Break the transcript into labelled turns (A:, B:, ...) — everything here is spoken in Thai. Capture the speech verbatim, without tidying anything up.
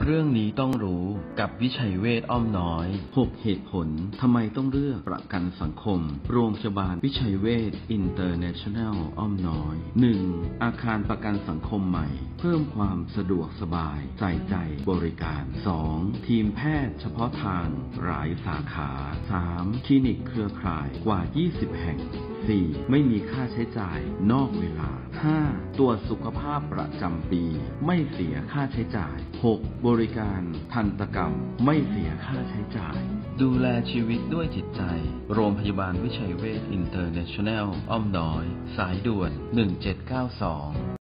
A: เรื่องนี้ต้องรู้กับวิชัยเวชอ้อมน้อยหกเหตุผลทำไมต้องเลือกประกันสังคมโรงพยาบาลวิชัยเวชอินเตอร์เนชั่นแนลอ้อมน้อย หนึ่ง อาคารประกันสังคมใหม่เพิ่มความสะดวกสบายใส่ใจบริการ สอง ทีมแพทย์เฉพาะทางหลายสาขา สาม คลินิกเครือข่ายกว่า ยี่สิบ แห่ง สี่ ไม่มีค่าใช้จ่ายนอกเวลา ห้า ตรวจสุขภาพประจำปีไม่เสียค่าใช้จ่าย หก บริการทันตกรรมไม่เสียค่าใช้จ่าย ดูแลชีวิตด้วยจิตใจโรงพยาบาลวิชัยเวชอินเตอร์เนชั่นแนลอ้อมน้อยสายด่วนหนึ่งเจ็ดเก้าสอง